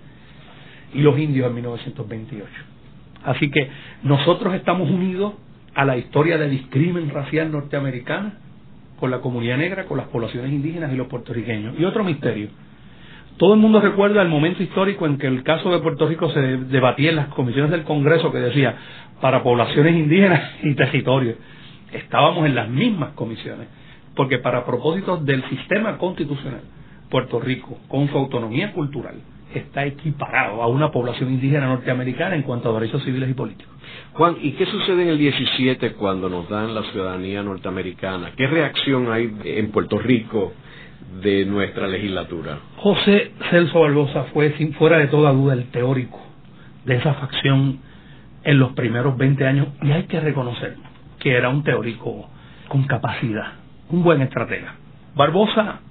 y los indios en mil novecientos veintiocho. Así que nosotros estamos unidos a la historia de discrimen racial norteamericana con la comunidad negra, con las poblaciones indígenas y los puertorriqueños. Y otro misterio. Todo el mundo recuerda el momento histórico en que el caso de Puerto Rico se debatía en las comisiones del Congreso que decía para poblaciones indígenas y territorios. Estábamos en las mismas comisiones, porque para propósitos del sistema constitucional, Puerto Rico, con su autonomía cultural, está equiparado a una población indígena norteamericana en cuanto a derechos civiles y políticos. Juan, ¿y qué sucede en el diecisiete cuando nos dan la ciudadanía norteamericana? ¿Qué reacción hay en Puerto Rico de nuestra legislatura? José Celso Barbosa fue, sin fuera de toda duda, el teórico de esa facción en los primeros veinte años, y hay que reconocer que era un teórico con capacidad, un buen estratega. Barbosa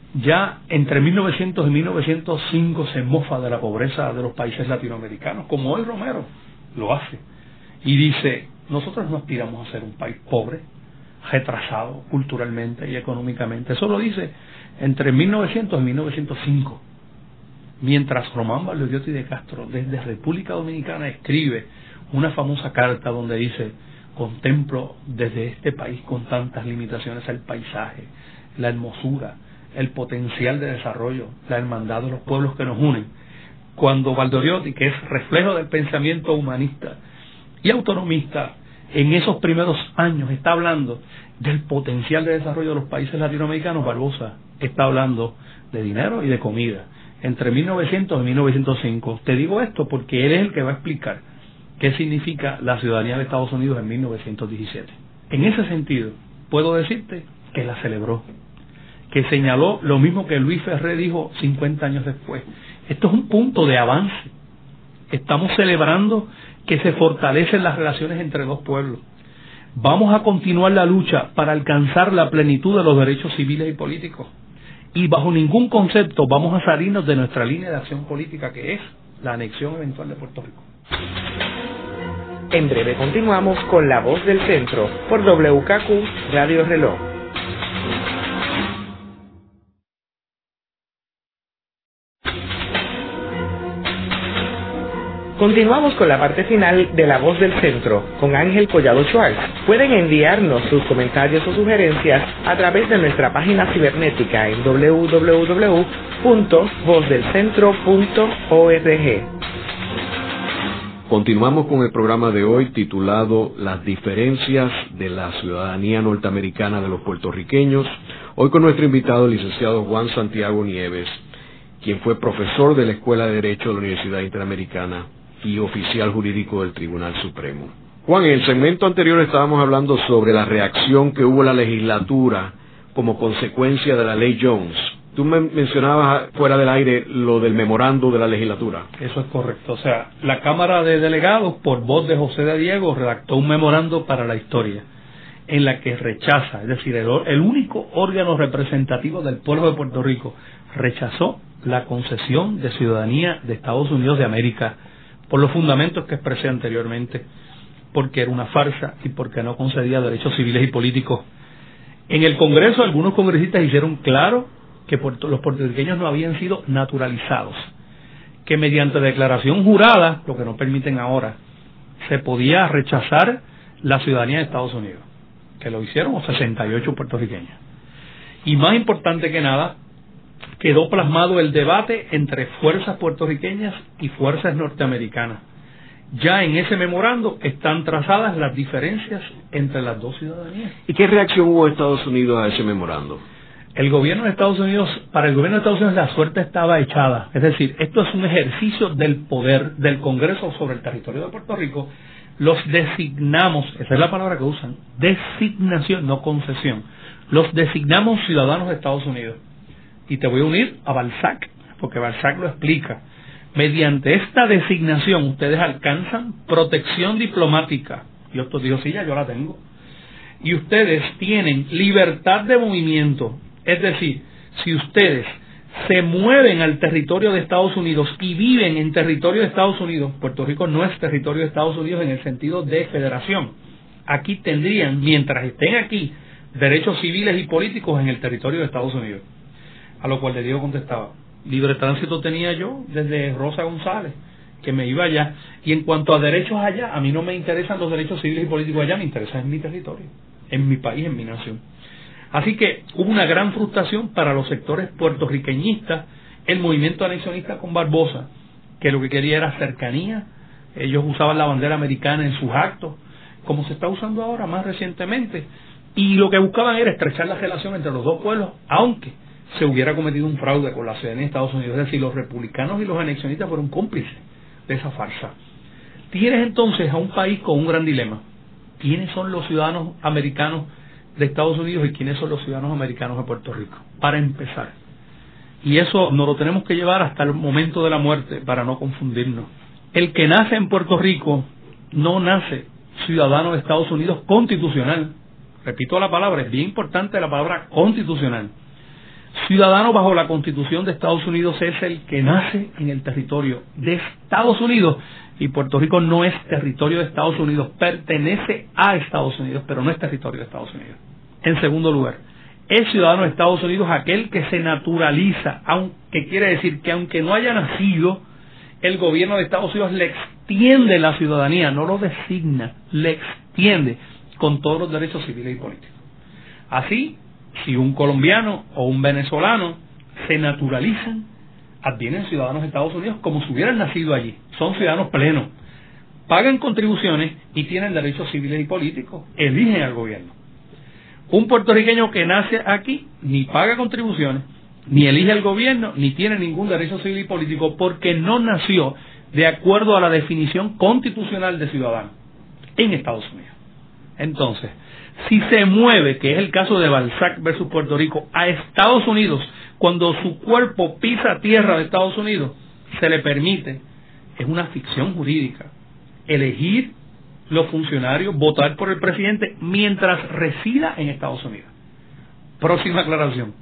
ya entre mil novecientos y mil novecientos cinco se mofa de la pobreza de los países latinoamericanos, como hoy Romero lo hace, y dice, nosotros no aspiramos a ser un país pobre, retrasado culturalmente y económicamente. Eso lo dice entre mil novecientos y mil novecientos cinco, mientras Román Valdoriotti de Castro desde República Dominicana escribe una famosa carta donde dice, contemplo desde este país con tantas limitaciones el paisaje, la hermosura, el potencial de desarrollo, la hermandad de los pueblos que nos unen. Cuando Valdoriotti, que es reflejo del pensamiento humanista y autonomista, en esos primeros años está hablando del potencial de desarrollo de los países latinoamericanos, Barbosa está hablando de dinero y de comida. Entre mil novecientos y mil novecientos cinco. Te digo esto porque él es el que va a explicar qué significa la ciudadanía de Estados Unidos en mil novecientos diecisiete. En ese sentido, puedo decirte que la celebró, que señaló lo mismo que Luis Ferré dijo cincuenta años después. Esto es un punto de avance. Estamos celebrando que se fortalecen las relaciones entre dos pueblos. Vamos a continuar la lucha para alcanzar la plenitud de los derechos civiles y políticos. Y bajo ningún concepto vamos a salirnos de nuestra línea de acción política, que es la anexión eventual de Puerto Rico. En breve continuamos con La Voz del Centro por W K Q Radio Reloj. Continuamos con la parte final de La Voz del Centro con Ángel Collado Schwartz. Pueden enviarnos sus comentarios o sugerencias a través de nuestra página cibernética en doble u doble u doble u punto voz del centro punto org. Continuamos con el programa de hoy titulado Las diferencias de la ciudadanía norteamericana de los puertorriqueños. Hoy con nuestro invitado, el licenciado Juan Santiago Nieves, quien fue profesor de la Escuela de Derecho de la Universidad Interamericana y oficial jurídico del Tribunal Supremo. Juan, en el segmento anterior estábamos hablando sobre la reacción que hubo en la legislatura como consecuencia de la ley Jones. Tú me mencionabas fuera del aire lo del memorando de la legislatura. Eso es correcto. O sea, la Cámara de Delegados, por voz de José de Diego, redactó un memorando para la historia en la que rechaza, es decir, el, el único órgano representativo del pueblo de Puerto Rico rechazó la concesión de ciudadanía de Estados Unidos de América por los fundamentos que expresé anteriormente, porque era una farsa y porque no concedía derechos civiles y políticos. En el Congreso, algunos congresistas hicieron claro que puerto, los puertorriqueños no habían sido naturalizados, que mediante declaración jurada, lo que no permiten ahora, se podía rechazar la ciudadanía de Estados Unidos, que lo hicieron los sesenta y ocho puertorriqueños. Y más importante que nada, quedó plasmado el debate entre fuerzas puertorriqueñas y fuerzas norteamericanas. Ya en ese memorando están trazadas las diferencias entre las dos ciudadanías. ¿Y qué reacción hubo de Estados Unidos a ese memorando? El gobierno de Estados Unidos, para el gobierno de Estados Unidos la suerte estaba echada. Es decir, esto es un ejercicio del poder del Congreso sobre el territorio de Puerto Rico. Los designamos, esa es la palabra que usan, designación, no concesión. Los designamos ciudadanos de Estados Unidos. Y te voy a unir a Balzac, porque Balzac lo explica. Mediante esta designación ustedes alcanzan protección diplomática. Y otro dijo, sí, ya yo la tengo. Y ustedes tienen libertad de movimiento. Es decir, si ustedes se mueven al territorio de Estados Unidos y viven en territorio de Estados Unidos, Puerto Rico no es territorio de Estados Unidos en el sentido de federación. Aquí tendrían, mientras estén aquí, derechos civiles y políticos en el territorio de Estados Unidos. A lo cual le Diego contestaba, libre tránsito tenía yo desde Rosa González, que me iba allá. Y en cuanto a derechos allá, a mí no me interesan los derechos civiles y políticos allá, me interesan en mi territorio, en mi país, en mi nación. Así que hubo una gran frustración para los sectores puertorriqueñistas, el movimiento anexionista con Barbosa, que lo que quería era cercanía. Ellos usaban la bandera americana en sus actos, como se está usando ahora más recientemente, y lo que buscaban era estrechar la relación entre los dos pueblos, aunque se hubiera cometido un fraude con la ciudadanía de Estados Unidos. Es decir, los republicanos y los anexionistas fueron cómplices de esa farsa. Tienes entonces a un país con un gran dilema. ¿Quiénes son los ciudadanos americanos de Estados Unidos y quiénes son los ciudadanos americanos de Puerto Rico? Para empezar. Y eso nos lo tenemos que llevar hasta el momento de la muerte para no confundirnos. El que nace en Puerto Rico no nace ciudadano de Estados Unidos constitucional. Repito la palabra, es bien importante la palabra constitucional. Ciudadano bajo la Constitución de Estados Unidos es el que nace en el territorio de Estados Unidos, y Puerto Rico no es territorio de Estados Unidos, pertenece a Estados Unidos, pero no es territorio de Estados Unidos. En segundo lugar, es ciudadano de Estados Unidos aquel que se naturaliza, aunque quiere decir que aunque no haya nacido, el gobierno de Estados Unidos le extiende la ciudadanía, no lo designa, le extiende con todos los derechos civiles y políticos. Así, si un colombiano o un venezolano se naturalizan, advienen ciudadanos de Estados Unidos como si hubieran nacido allí. Son ciudadanos plenos, pagan contribuciones y tienen derechos civiles y políticos, eligen al gobierno. Un puertorriqueño que nace aquí ni paga contribuciones, ni elige al gobierno, ni tiene ningún derecho civil y político porque no nació de acuerdo a la definición constitucional de ciudadano en Estados Unidos. Entonces, si se mueve, que es el caso de Balzac versus Puerto Rico, a Estados Unidos, cuando su cuerpo pisa tierra de Estados Unidos, se le permite, es una ficción jurídica, elegir los funcionarios votar por el presidente mientras resida en Estados Unidos. Próxima aclaración.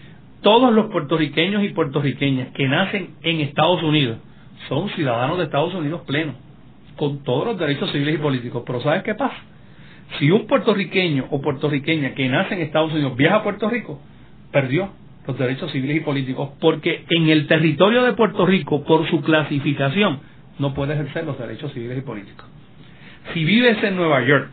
Todos los puertorriqueños y puertorriqueñas que nacen en Estados Unidos son ciudadanos de Estados Unidos plenos, con todos los derechos civiles y políticos. Pero ¿sabes qué pasa? Si un puertorriqueño o puertorriqueña que nace en Estados Unidos viaja a Puerto Rico, perdió los derechos civiles y políticos, porque en el territorio de Puerto Rico, por su clasificación, no puede ejercer los derechos civiles y políticos. Si vives en Nueva York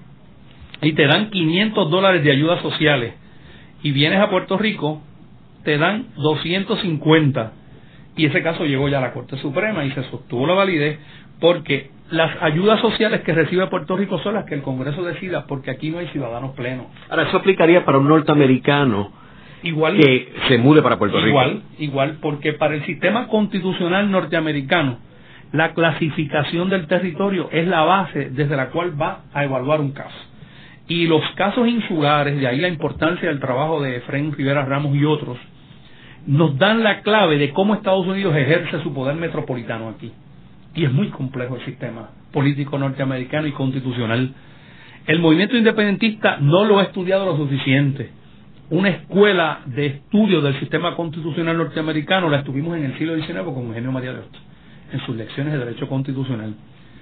y te dan quinientos dólares de ayudas sociales y vienes a Puerto Rico, te dan doscientos cincuenta, y ese caso llegó ya a la Corte Suprema y se sostuvo la validez, porque las ayudas sociales que recibe Puerto Rico son las que el Congreso decida, porque aquí no hay ciudadanos plenos. Ahora, eso aplicaría para un norteamericano igual que se mude para Puerto Rico. Igual, igual, porque para el sistema constitucional norteamericano, la clasificación del territorio es la base desde la cual va a evaluar un caso. Y los casos insulares, de ahí la importancia del trabajo de Efraín Rivera Ramos y otros, nos dan la clave de cómo Estados Unidos ejerce su poder metropolitano aquí. Y es muy complejo el sistema político norteamericano y constitucional. El movimiento independentista no lo ha estudiado lo suficiente. Una escuela de estudio del sistema constitucional norteamericano la estuvimos en el siglo diecinueve con Eugenio María de Hostos, en sus lecciones de Derecho Constitucional.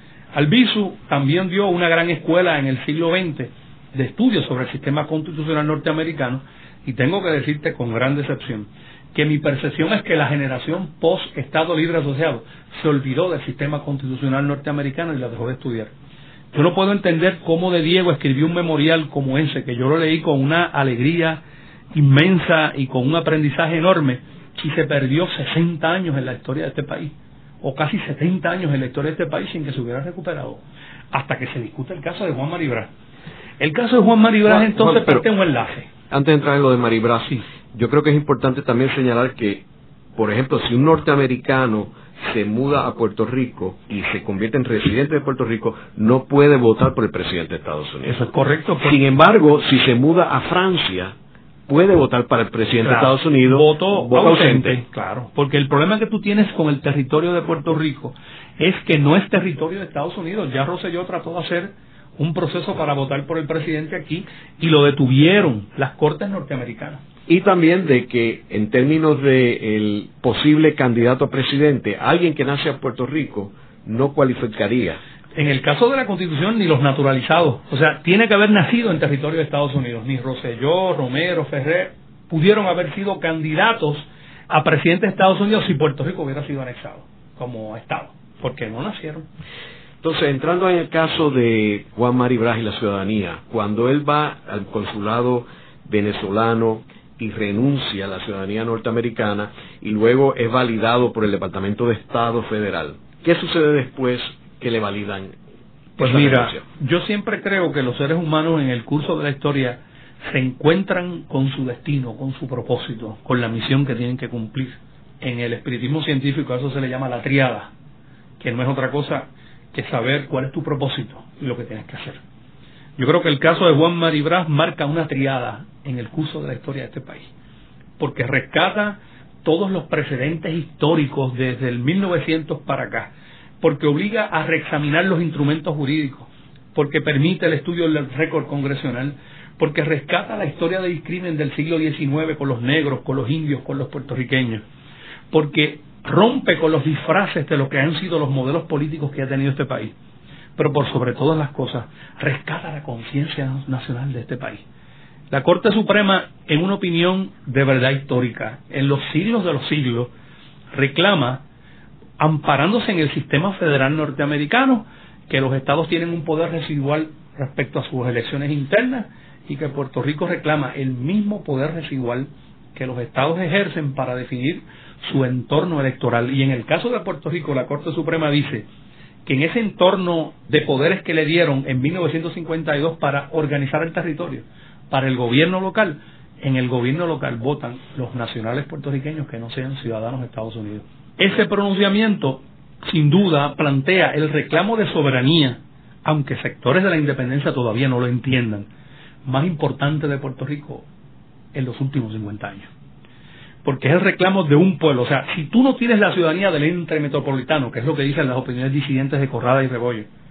Albizu también dio una gran escuela en el siglo veinte de estudios sobre el sistema constitucional norteamericano, y tengo que decirte con gran decepción que mi percepción es que la generación post-Estado Libre Asociado se olvidó del sistema constitucional norteamericano y la dejó de estudiar. Yo no puedo entender cómo de Diego escribió un memorial como ese, que yo lo leí con una alegría inmensa y con un aprendizaje enorme, y se perdió sesenta años en la historia de este país, o casi setenta años en la historia de este país sin que se hubiera recuperado, hasta que se discute el caso de Juan Maribraz. El caso de Juan Maribraz, entonces, parte un enlace. Antes de entrar en lo de Maribraz, sí, yo creo que es importante también señalar que, por ejemplo, si un norteamericano se muda a Puerto Rico y se convierte en residente de Puerto Rico, no puede votar por el presidente de Estados Unidos. Eso es correcto. Pero... Sin embargo, si se muda a Francia, puede votar para el presidente claro, de Estados Unidos. Voto, voto ausente. ausente. Claro, porque el problema que tú tienes con el territorio de Puerto Rico es que no es territorio de Estados Unidos. Ya Rosselló trató de hacer un proceso para votar por el presidente aquí y lo detuvieron las cortes norteamericanas. Y también de que en términos de el posible candidato a presidente, alguien que nace en Puerto Rico no cualificaría. En el caso de la Constitución, ni los naturalizados, o sea, tiene que haber nacido en territorio de Estados Unidos. Ni Rosselló, Romero, Ferrer pudieron haber sido candidatos a presidente de Estados Unidos si Puerto Rico hubiera sido anexado como Estado, porque no nacieron. Entonces, entrando en el caso de Juan Maribraz y la ciudadanía, cuando él va al consulado venezolano y renuncia a la ciudadanía norteamericana y luego es validado por el Departamento de Estado Federal, ¿qué sucede después que le validan? Pues mira, renuncia? Yo siempre creo que los seres humanos en el curso de la historia se encuentran con su destino, con su propósito, con la misión que tienen que cumplir. En el espiritismo científico a eso se le llama la triada, que no es otra cosa que saber cuál es tu propósito y lo que tienes que hacer. Yo creo que el caso de Juan Maribraz marca una triada en el curso de la historia de este país, porque rescata todos los precedentes históricos desde el mil novecientos para acá, porque obliga a reexaminar los instrumentos jurídicos, porque permite el estudio del récord congresional, porque rescata la historia del discrimen del siglo diecinueve con los negros, con los indios, con los puertorriqueños, porque rompe con los disfraces de lo que han sido los modelos políticos que ha tenido este país, pero por sobre todas las cosas rescata la conciencia nacional de este país. La Corte Suprema, en una opinión de verdad histórica, en los siglos de los siglos, reclama, amparándose en el sistema federal norteamericano, que los estados tienen un poder residual respecto a sus elecciones internas y que Puerto Rico reclama el mismo poder residual que los estados ejercen para definir su entorno electoral. Y en el caso de Puerto Rico, la Corte Suprema dice que en ese entorno de poderes que le dieron en mil novecientos cincuenta y dos para organizar el territorio, para el gobierno local, en el gobierno local votan los nacionales puertorriqueños que no sean ciudadanos de Estados Unidos. Ese pronunciamiento, sin duda, plantea el reclamo de soberanía, aunque sectores de la independencia todavía no lo entiendan, más importante de Puerto Rico en los últimos cincuenta años. Porque es el reclamo de un pueblo. O sea, si tú no tienes la ciudadanía del ente metropolitano, que es lo que dicen las opiniones disidentes de Corrada y Rebollo,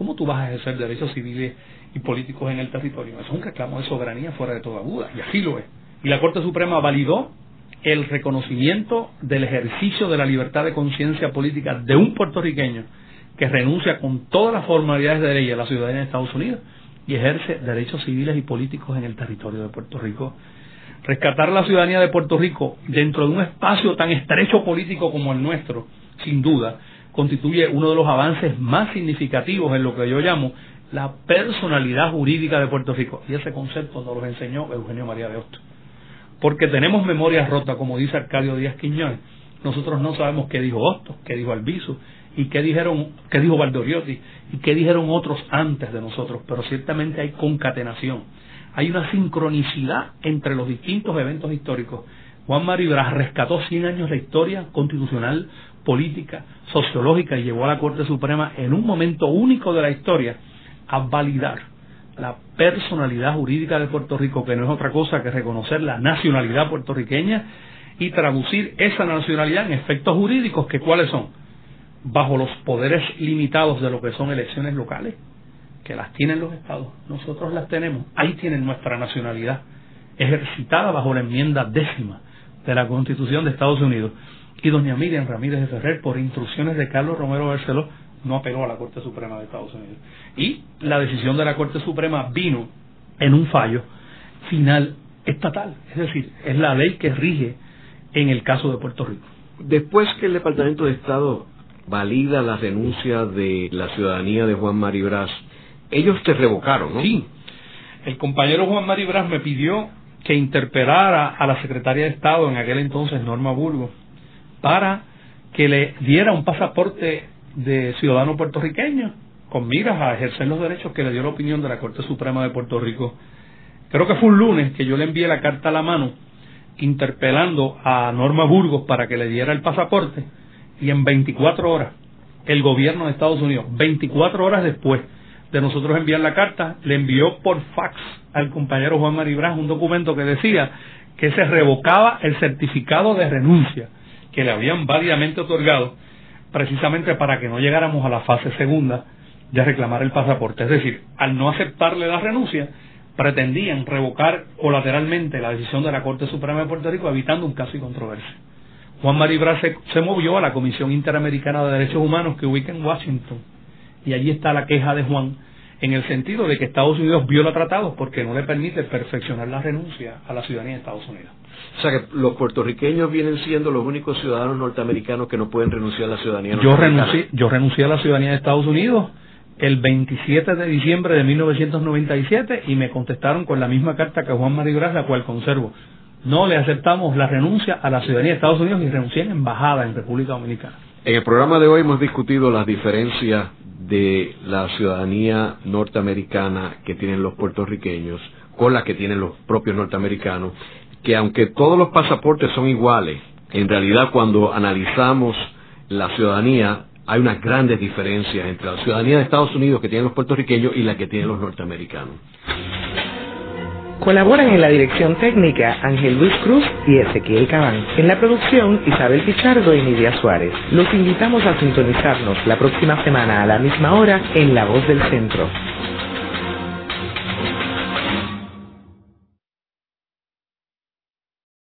¿cómo tú vas a ejercer derechos civiles y políticos en el territorio? Eso es un reclamo de soberanía fuera de toda duda, y así lo es. Y la Corte Suprema validó el reconocimiento del ejercicio de la libertad de conciencia política de un puertorriqueño que renuncia con todas las formalidades de ley a la ciudadanía de Estados Unidos y ejerce derechos civiles y políticos en el territorio de Puerto Rico. Rescatar la ciudadanía de Puerto Rico dentro de un espacio tan estrecho político como el nuestro, sin duda, constituye uno de los avances más significativos en lo que yo llamo la personalidad jurídica de Puerto Rico. Y ese concepto nos lo enseñó Eugenio María de Hostos. Porque tenemos memoria rota, como dice Arcadio Díaz Quiñones. Nosotros no sabemos qué dijo Hostos, qué dijo Albizu, y qué dijeron, qué dijo Valdoriotti, y qué dijeron otros antes de nosotros, pero ciertamente hay concatenación, hay una sincronicidad entre los distintos eventos históricos. Juan Mari Brás rescató cien años de historia constitucional, política, sociológica, y llevó a la Corte Suprema en un momento único de la historia a validar la personalidad jurídica de Puerto Rico, que no es otra cosa que reconocer la nacionalidad puertorriqueña y traducir esa nacionalidad en efectos jurídicos, que ¿cuáles son? Bajo los poderes limitados de lo que son elecciones locales, que las tienen los estados, nosotros las tenemos, ahí tienen nuestra nacionalidad, ejercitada bajo la enmienda décima de la Constitución de Estados Unidos. Y doña Miriam Ramírez de Ferrer, por instrucciones de Carlos Romero Barceló, no apeló a la Corte Suprema de Estados Unidos. Y la decisión de la Corte Suprema vino en un fallo final estatal, es decir, es la ley que rige en el caso de Puerto Rico. Después que el Departamento de Estado valida la renuncia de la ciudadanía de Juan Mari Brás, ellos te revocaron, ¿no? Sí. El compañero Juan Mari Brás me pidió que interpelara a la secretaria de Estado, en aquel entonces Norma Burgos, para que le diera un pasaporte de ciudadano puertorriqueño con miras a ejercer los derechos que le dio la opinión de la Corte Suprema de Puerto Rico. Creo que fue un lunes que yo le envié la carta a la mano interpelando a Norma Burgos para que le diera el pasaporte, y en veinticuatro horas el gobierno de Estados Unidos, veinticuatro horas después de nosotros enviar la carta, le envió por fax al compañero Juan Mari Brás un documento que decía que se revocaba el certificado de renuncia que le habían válidamente otorgado, precisamente para que no llegáramos a la fase segunda de reclamar el pasaporte. Es decir, al no aceptarle la renuncia, pretendían revocar colateralmente la decisión de la Corte Suprema de Puerto Rico, evitando un caso y controversia. Juan Mari Brás se, se movió a la Comisión Interamericana de Derechos Humanos, que ubica en Washington, y allí está la queja de Juan, en el sentido de que Estados Unidos viola tratados porque no le permite perfeccionar la renuncia a la ciudadanía de Estados Unidos. O sea que los puertorriqueños vienen siendo los únicos ciudadanos norteamericanos que no pueden renunciar a la ciudadanía yo norteamericana. Renuncié, yo renuncié a la ciudadanía de Estados Unidos el veintisiete de diciembre de mil novecientos noventa y siete y me contestaron con la misma carta que Juan Mari Brás, la cual conservo. No le aceptamos la renuncia a la ciudadanía de Estados Unidos y renuncié en embajada en República Dominicana. En el programa de hoy hemos discutido las diferencias de la ciudadanía norteamericana que tienen los puertorriqueños con la que tienen los propios norteamericanos, que aunque todos los pasaportes son iguales, en realidad cuando analizamos la ciudadanía hay unas grandes diferencias entre la ciudadanía de Estados Unidos que tienen los puertorriqueños y la que tienen los norteamericanos. Colaboran en la dirección técnica Ángel Luis Cruz y Ezequiel Cabán. En la producción Isabel Pichardo y Nidia Suárez. Los invitamos a sintonizarnos la próxima semana a la misma hora en La Voz del Centro.